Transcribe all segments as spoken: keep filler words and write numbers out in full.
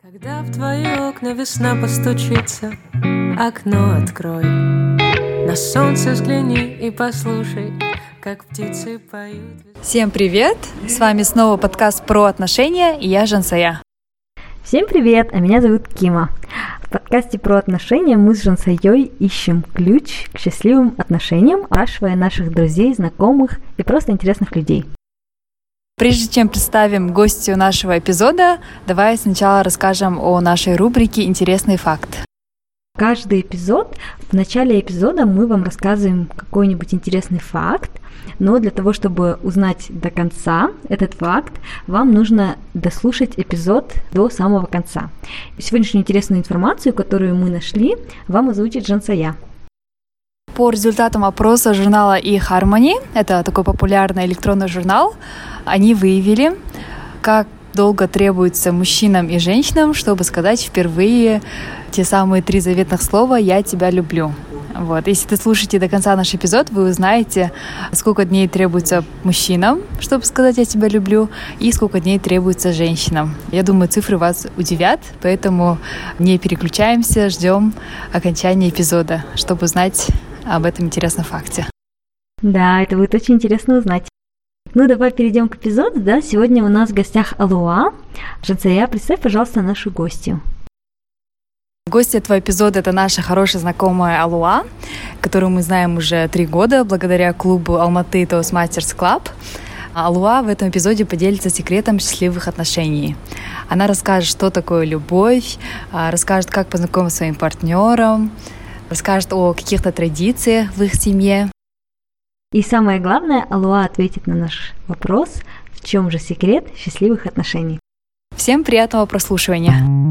Когда в твои окна весна постучится, окно открой, на солнце взгляни и послушай, как птицы поют. Всем привет! С вами снова подкаст про отношения, и я Жансая. Всем привет, а меня зовут Кима. В подкасте про отношения мы с Жансаей ищем ключ к счастливым отношениям, спрашивая наших друзей, знакомых и просто интересных людей. Прежде чем представим гостью нашего эпизода, давай сначала расскажем о нашей рубрике «Интересный факт». Каждый эпизод, в начале эпизода мы вам рассказываем какой-нибудь интересный факт, но для того, чтобы узнать до конца этот факт, вам нужно дослушать эпизод до самого конца. Сегодняшнюю интересную информацию, которую мы нашли, вам озвучит Жансая. По результатам опроса журнала eHarmony, это такой популярный электронный журнал, они выявили, как долго требуется мужчинам и женщинам, чтобы сказать впервые те самые три заветных слова «я тебя люблю». Вот. Если ты слушаете до конца наш эпизод, вы узнаете, сколько дней требуется мужчинам, чтобы сказать «я тебя люблю», и сколько дней требуется женщинам. Я думаю, цифры вас удивят, поэтому не переключаемся, ждем окончания эпизода, чтобы узнать об этом интересном факте. Да, это будет очень интересно узнать. Ну, давай перейдем к эпизоду, да? Сегодня у нас в гостях Алуа. Жансая, представь, пожалуйста, нашу гостью. Гость этого эпизода — это наша хорошая знакомая Алуа, которую мы знаем уже три года благодаря клубу Алматы Toastmasters Club. Алуа в этом эпизоде поделится секретом счастливых отношений. Она расскажет, что такое любовь, расскажет, как познакомиться с своим партнером, расскажет о каких-то традициях в их семье. И самое главное, Алуа ответит на наш вопрос, в чем же секрет счастливых отношений. Всем приятного прослушивания!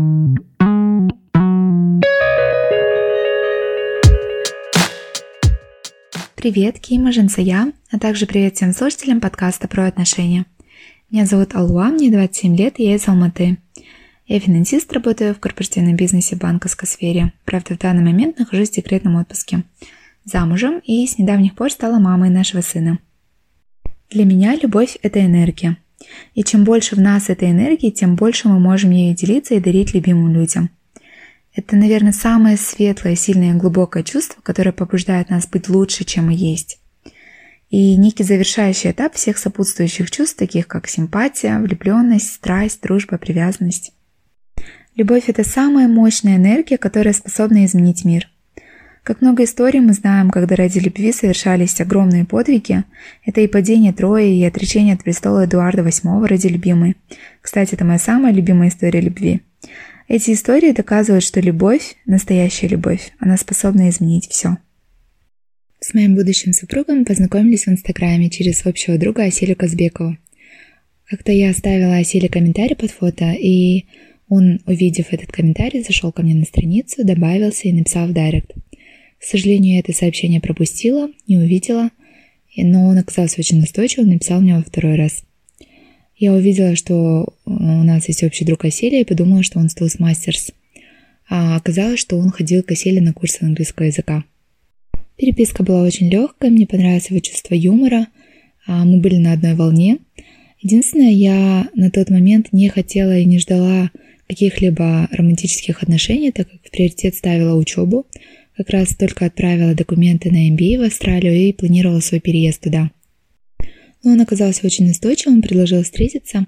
Привет, Кима, Жансая, а также привет всем слушателям подкаста про отношения. Меня зовут Алуа, мне двадцать семь лет, и я из Алматы. Я финансист, работаю в корпоративном бизнесе в банковской сфере. Правда, в данный момент нахожусь в декретном отпуске. Замужем и с недавних пор стала мамой нашего сына. Для меня любовь – это энергия. И чем больше в нас этой энергии, тем больше мы можем ею делиться и дарить любимым людям. Это, наверное, самое светлое, сильное и глубокое чувство, которое побуждает нас быть лучше, чем мы есть. И некий завершающий этап всех сопутствующих чувств, таких как симпатия, влюбленность, страсть, дружба, привязанность. Любовь – это самая мощная энергия, которая способна изменить мир. Как много историй мы знаем, когда ради любви совершались огромные подвиги. Это и падение Трои, и отречение от престола Эдуарда восьмого ради любимой. Кстати, это моя самая любимая история любви. Эти истории доказывают, что любовь, настоящая любовь, она способна изменить все. С моим будущим супругом познакомились в Инстаграме через общего друга Аселю Казбекову. Как-то я оставила Аселе комментарий под фото, и он, увидев этот комментарий, зашел ко мне на страницу, добавился и написал в директ. К сожалению, я это сообщение пропустила, не увидела, но он оказался очень настойчивым, написал мне во второй раз. Я увидела, что у нас есть общий друг Аселя, и подумала, что он с Toastmasters. А оказалось, что он ходил к Аселе на курсы английского языка. Переписка была очень легкая, мне понравилось его чувство юмора, мы были на одной волне. Единственное, я на тот момент не хотела и не ждала каких-либо романтических отношений, так как в приоритет ставила учебу. Как раз только отправила документы на эм би эй в Австралию и планировала свой переезд туда. Но он оказался очень настойчивым, предложил встретиться,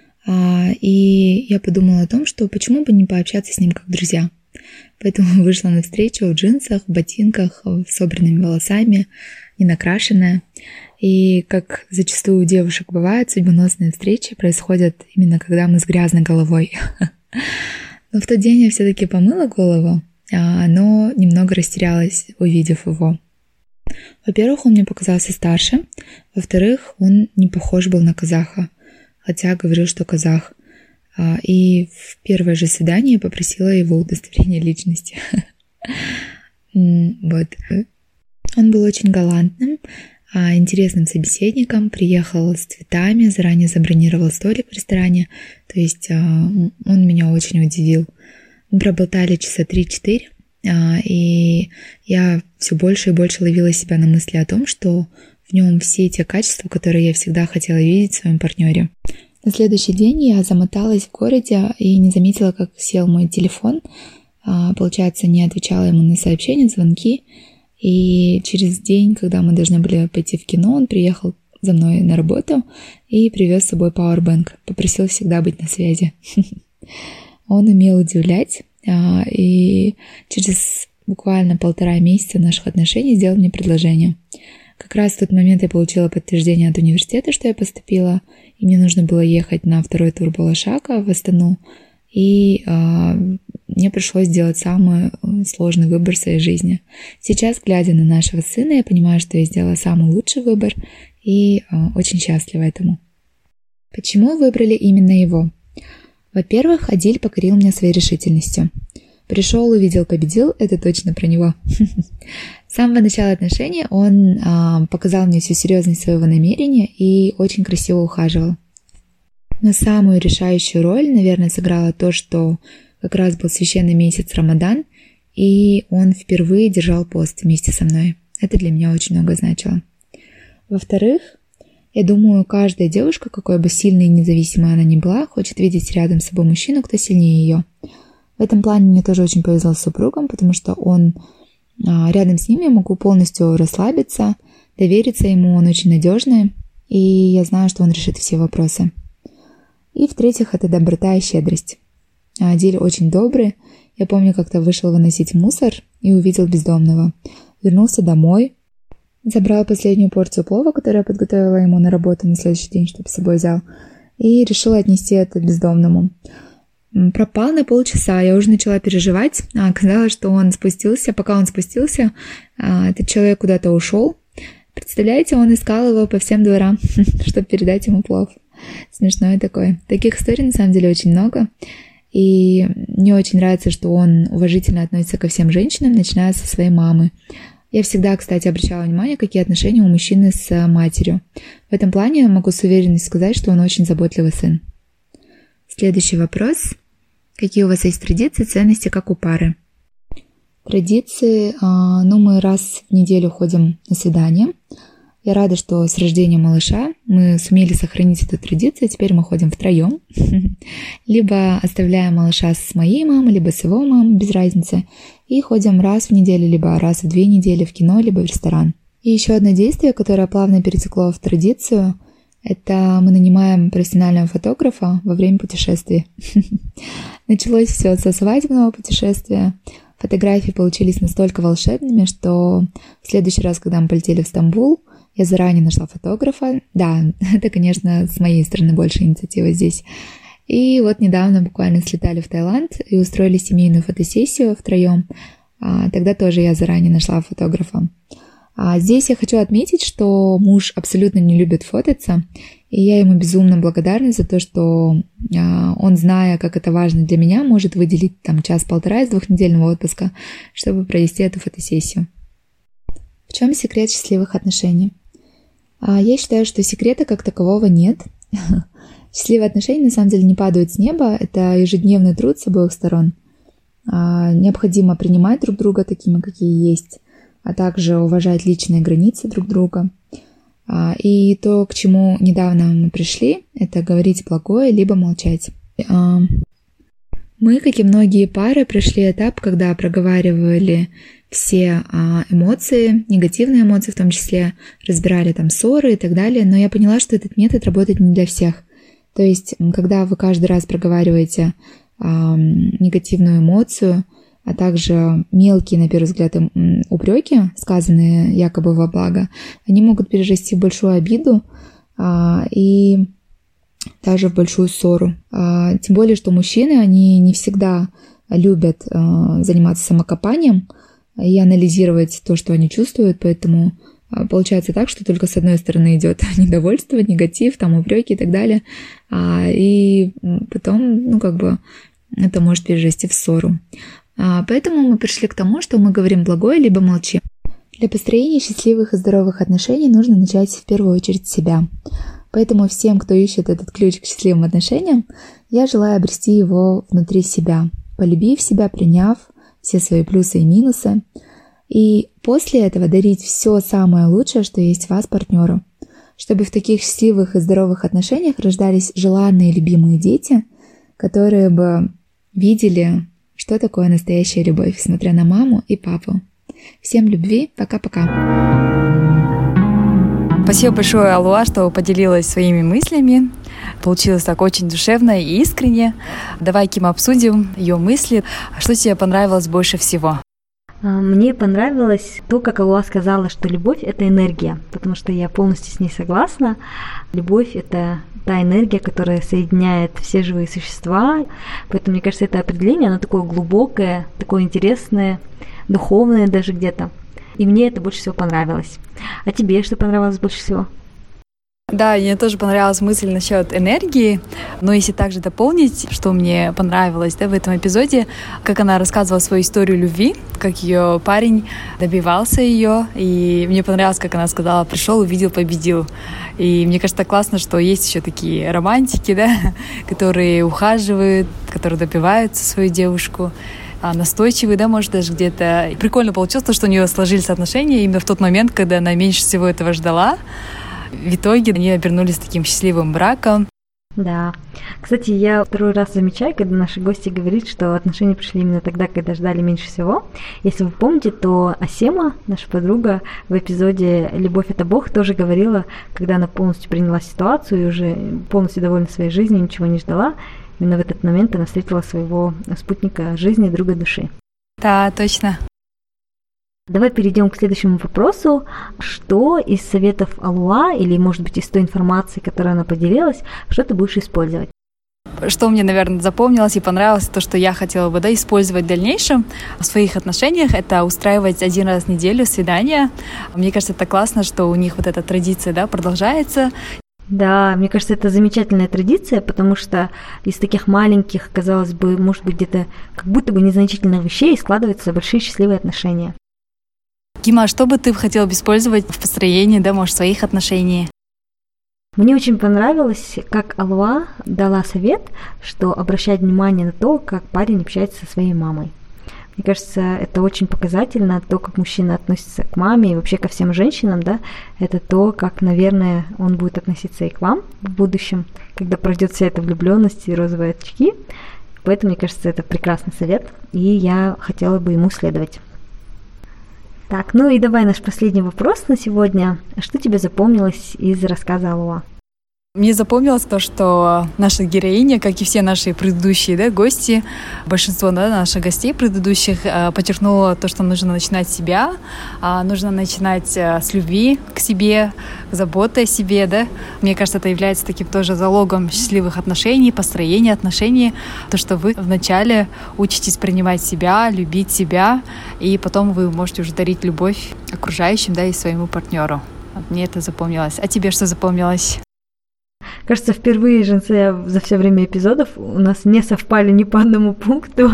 и я подумала о том, что почему бы не пообщаться с ним как друзья. Поэтому вышла на встречу в джинсах, в ботинках, с собранными волосами, не накрашенная. И как зачастую у девушек бывает, судьбоносные встречи происходят именно когда мы с грязной головой. Но в тот день я все-таки помыла голову, но немного растерялась, увидев его. Во-первых, он мне показался старше. Во-вторых, он не похож был на казаха, хотя говорил, что казах. И в первое же свидание я попросила его удостоверение личности. Вот. Он был очень галантным, интересным собеседником, приехал с цветами, заранее забронировал столик в ресторане, то есть он меня очень удивил. Мы проболтали часа три-четыре, и я все больше и больше ловила себя на мысли о том, что в нем все те качества, которые я всегда хотела видеть в своем партнере. На следующий день я замоталась в городе и не заметила, как сел мой телефон. Получается, не отвечала ему на сообщения, звонки. И через день, когда мы должны были пойти в кино, он приехал за мной на работу и привез с собой пауэрбэнк. Попросил всегда быть на связи. Он умел удивлять, и через буквально полтора месяца наших отношений сделал мне предложение. Как раз в тот момент я получила подтверждение от университета, что я поступила, и мне нужно было ехать на второй тур Балашаха в Астану, и э, мне пришлось сделать самый сложный выбор в своей жизни. Сейчас, глядя на нашего сына, я понимаю, что я сделала самый лучший выбор, и э, очень счастлива этому. Почему выбрали именно его? Во-первых, Адиль покорил меня своей решительностью. Пришел, увидел, победил, это точно про него. С самого начала отношений он а, показал мне всю серьезность своего намерения и очень красиво ухаживал. Но самую решающую роль, наверное, сыграло то, что как раз был священный месяц Рамадан, и он впервые держал пост вместе со мной. Это для меня очень много значило. Во-вторых, я думаю, каждая девушка, какой бы сильной и независимой она ни была, хочет видеть рядом с собой мужчину, кто сильнее ее. В этом плане мне тоже очень повезло с супругом, потому что он рядом с ним, я могу полностью расслабиться, довериться ему, он очень надежный, и я знаю, что он решит все вопросы. И в-третьих, это доброта и щедрость. Адиль очень добрый. Я помню, как-то вышел выносить мусор и увидел бездомного. Вернулся домой, забрал последнюю порцию плова, которую я подготовила ему на работу на следующий день, чтобы с собой взял, и решил отнести это бездомному. Пропал на полчаса, я уже начала переживать, а оказалось, что он спустился, пока он спустился, этот человек куда-то ушел. Представляете, он искал его по всем дворам, чтобы передать ему плов. Смешное такое. Таких историй на самом деле очень много, и мне очень нравится, что он уважительно относится ко всем женщинам, начиная со своей мамы. Я всегда, кстати, обращала внимание, какие отношения у мужчины с матерью. В этом плане я могу с уверенностью сказать, что он очень заботливый сын. Следующий вопрос. Какие у вас есть традиции, ценности, как у пары? Традиции, ну, мы раз в неделю ходим на свидание. Я рада, что с рождением малыша мы сумели сохранить эту традицию, теперь мы ходим втроем. Либо оставляем малыша с моей мамой, либо с его мамой, без разницы. И ходим раз в неделю, либо раз в две недели в кино, либо в ресторан. И еще одно действие, которое плавно перетекло в традицию, это мы нанимаем профессионального фотографа во время путешествий. Началось все со свадебного путешествия. Фотографии получились настолько волшебными, что в следующий раз, когда мы полетели в Стамбул, я заранее нашла фотографа. Да, это, конечно, с моей стороны больше инициатива здесь. И вот недавно буквально слетали в Таиланд и устроили семейную фотосессию втроем. Тогда тоже я заранее нашла фотографа. А здесь я хочу отметить, что муж абсолютно не любит фототься, и я ему безумно благодарна за то, что он, зная, как это важно для меня, может выделить там час-полтора из двухнедельного отпуска, чтобы провести эту фотосессию. В чем секрет счастливых отношений? Я считаю, что секрета как такового нет. Счастливые отношения на самом деле не падают с неба, это ежедневный труд с обоих сторон. Необходимо принимать друг друга такими, какие есть, а также уважать личные границы друг друга. И то, к чему недавно мы пришли, это говорить благое, либо молчать. Мы, как и многие пары, прошли этап, когда проговаривали все эмоции, негативные эмоции в том числе, разбирали там ссоры и так далее, но я поняла, что этот метод работает не для всех. То есть, когда вы каждый раз проговариваете негативную эмоцию, а также мелкие, на первый взгляд, упреки, сказанные якобы во благо, они могут перерасти в большую обиду а, и даже в большую ссору. А, тем более, что мужчины, они не всегда любят а, заниматься самокопанием и анализировать то, что они чувствуют, поэтому а, получается так, что только с одной стороны идет недовольство, негатив, там упреки и так далее, а, и потом, ну, как бы, это может перерасти в ссору. Поэтому мы пришли к тому, что мы говорим благое, либо молчим. Для построения счастливых и здоровых отношений нужно начать в первую очередь с себя. Поэтому всем, кто ищет этот ключ к счастливым отношениям, я желаю обрести его внутри себя, полюбив себя, приняв все свои плюсы и минусы, и после этого дарить все самое лучшее, что есть в вас, партнеру. чтобы в таких счастливых и здоровых отношениях рождались желанные любимые дети, которые бы видели, что такое настоящая любовь, смотря на маму и папу. Всем любви, пока-пока. Спасибо большое, Алуа, что поделилась своими мыслями. Получилось так очень душевно и искренне. Давай, Ким, обсудим ее мысли. Что тебе понравилось больше всего? Мне понравилось то, как Алуа сказала, что любовь — это энергия, потому что я полностью с ней согласна. Любовь — это та энергия, которая соединяет все живые существа. Поэтому, мне кажется, это определение, оно такое глубокое, такое интересное, духовное даже где-то. И мне это больше всего понравилось. А тебе что понравилось больше всего? Да, мне тоже понравилась мысль насчет энергии, но если также дополнить, что мне понравилось, да, в этом эпизоде, как она рассказывала свою историю любви, как ее парень добивался ее, и мне понравилось, как она сказала: пришел, увидел, победил. И мне кажется, классно, что есть еще такие романтики, да, которые ухаживают, которые добиваются свою девушку, настойчивый, да, может, даже где-то. И прикольно получилось, что у нее сложились отношения именно в тот момент, когда она меньше всего этого ждала. В итоге они обернулись таким счастливым браком. Да. Кстати, я второй раз замечаю, когда наши гости говорят, что отношения пришли именно тогда, когда ждали меньше всего. Если вы помните, то Асема, наша подруга, в эпизоде «Любовь — это Бог» тоже говорила, когда она полностью приняла ситуацию и уже полностью довольна своей жизнью, ничего не ждала, именно в этот момент она встретила своего спутника жизни, друга души. Да, точно. Давай перейдем к следующему вопросу. Что из советов Алуа, или, может быть, из той информации, которой она поделилась, что ты будешь использовать? Что мне, наверное, запомнилось и понравилось, то, что я хотела бы, да, использовать в дальнейшем в своих отношениях, это устраивать один раз в неделю свидания. Мне кажется, это классно, что у них вот эта традиция, да, продолжается. Да, мне кажется, это замечательная традиция, потому что из таких маленьких, казалось бы, может быть, где-то как будто бы незначительных вещей складываются большие счастливые отношения. Кима, что бы ты хотела использовать в построении, да, может, своих отношений? Мне очень понравилось, как Алуа дала совет, что обращать внимание на то, как парень общается со своей мамой. Мне кажется, это очень показательно, то, как мужчина относится к маме и вообще ко всем женщинам, да, это то, как, наверное, он будет относиться и к вам в будущем, когда пройдет вся эта влюбленность и розовые очки. Поэтому, мне кажется, это прекрасный совет, и я хотела бы ему следовать. Так, ну и давай наш последний вопрос на сегодня. Что тебе запомнилось из рассказа Алуа? Мне запомнилось то, что наша героиня, как и все наши предыдущие, да, гости, большинство, да, наших гостей предыдущих, подчеркнуло то, что нужно начинать с себя, нужно начинать с любви к себе, заботы о себе, да. Мне кажется, это является таким тоже залогом счастливых отношений, построения отношений, то, что вы вначале учитесь принимать себя, любить себя, и потом вы можете уже дарить любовь окружающим, да, и своему партнеру. Мне это запомнилось. А тебе что запомнилось? Кажется, впервые, Женция, за все время эпизодов у нас не совпали ни по одному пункту,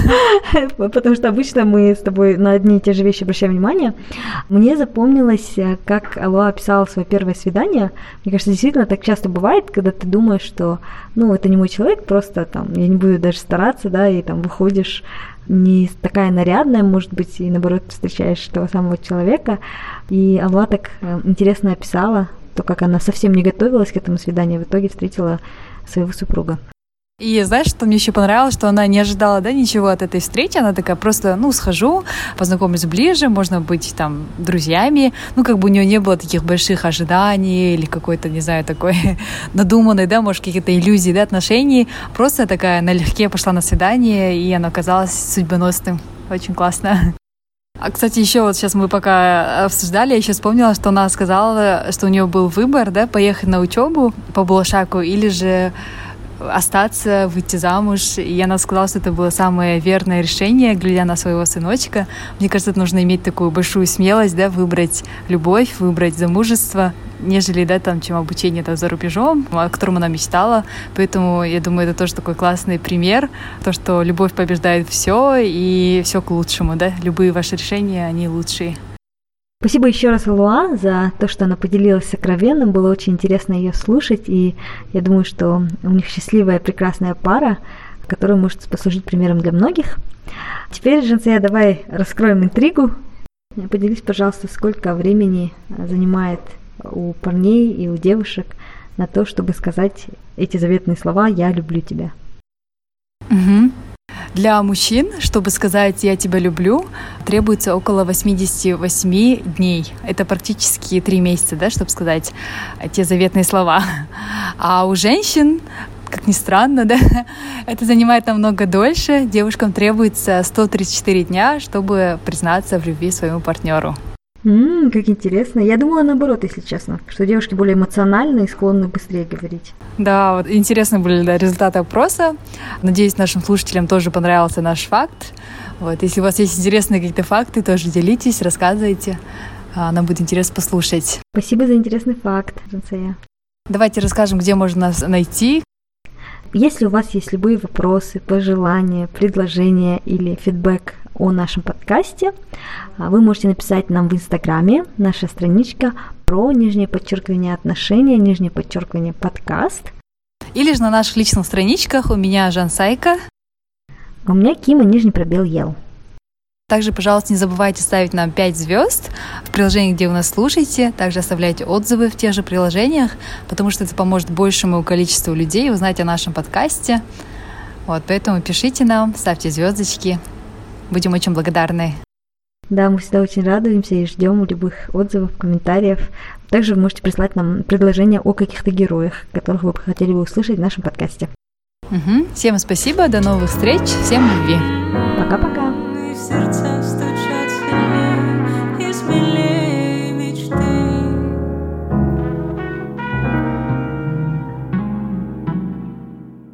потому что обычно мы с тобой на одни и те же вещи обращаем внимание. Мне запомнилось, как Алуа описала свое первое свидание. Мне кажется, действительно так часто бывает, когда ты думаешь, что, ну, это не мой человек, просто там я не буду даже стараться, да, и там выходишь не такая нарядная, может быть, и наоборот встречаешь того самого человека. И Алуа так интересно описала то, как она совсем не готовилась к этому свиданию, в итоге встретила своего супруга. И знаешь, что мне еще понравилось, что она не ожидала, да, ничего от этой встречи, она такая просто, ну, схожу, познакомлюсь ближе, можно быть там друзьями, ну, как бы у нее не было таких больших ожиданий или какой-то, не знаю, такой надуманной, да, может, какие-то иллюзии, да, отношений, просто такая налегке пошла на свидание, и оно оказалось судьбоносным, очень классно. А, кстати, еще вот сейчас мы пока обсуждали, я еще вспомнила, что она сказала, что у нее был выбор, да, поехать на учебу по Булашаку или же остаться, выйти замуж. И она сказала, что это было самое верное решение, глядя на своего сыночка. Мне кажется, это нужно иметь такую большую смелость, да, выбрать любовь, выбрать замужество, нежели, да, там, чем обучение там, за рубежом, о котором она мечтала. Поэтому, я думаю, это тоже такой классный пример, то, что любовь побеждает все, и все к лучшему, да. Любые ваши решения, они лучшие. Спасибо еще раз, Алуа, за то, что она поделилась сокровенным. Было очень интересно ее слушать, и я думаю, что у них счастливая, прекрасная пара, которая может послужить примером для многих. Теперь, Женция, давай раскроем интригу. Поделись, пожалуйста, сколько времени занимает у парней и у девушек на то, чтобы сказать эти заветные слова «я люблю тебя». Угу. Для мужчин, чтобы сказать «я тебя люблю», требуется около восемьдесят восемь дней. Это практически три месяца, да, чтобы сказать те заветные слова. А у женщин, как ни странно, да, это занимает намного дольше. Девушкам требуется сто тридцать четыре дня, чтобы признаться в любви своему партнеру. Ммм, как интересно. Я думала наоборот, если честно, что девушки более эмоциональны и склонны быстрее говорить. Да, вот интересны были да, результаты опроса. Надеюсь, нашим слушателям тоже понравился наш факт. Вот, если у вас есть интересные какие-то факты, тоже делитесь, рассказывайте. Нам будет интересно послушать. Спасибо за интересный факт, Жансая. Давайте расскажем, где можно нас найти. Если у вас есть любые вопросы, пожелания, предложения или фидбэк о нашем подкасте, вы можете написать нам в Инстаграме, наша страничка про нижнее подчеркивание отношения, нижнее подчеркивание подкаст. Или же на наших личных страничках у меня Жансайка. А у меня Кима, нижний пробел Ел. Также, пожалуйста, не забывайте ставить нам пять звезд в приложении, где вы нас слушаете. Также оставляйте отзывы в тех же приложениях, потому что это поможет большему количеству людей узнать о нашем подкасте. Вот, поэтому пишите нам, ставьте звездочки. Будем очень благодарны. Да, мы всегда очень радуемся и ждем любых отзывов, комментариев. Также вы можете прислать нам предложения о каких-то героях, которых вы бы хотели бы услышать в нашем подкасте. Угу. Всем спасибо, до новых встреч, всем любви. Пока-пока. Сердца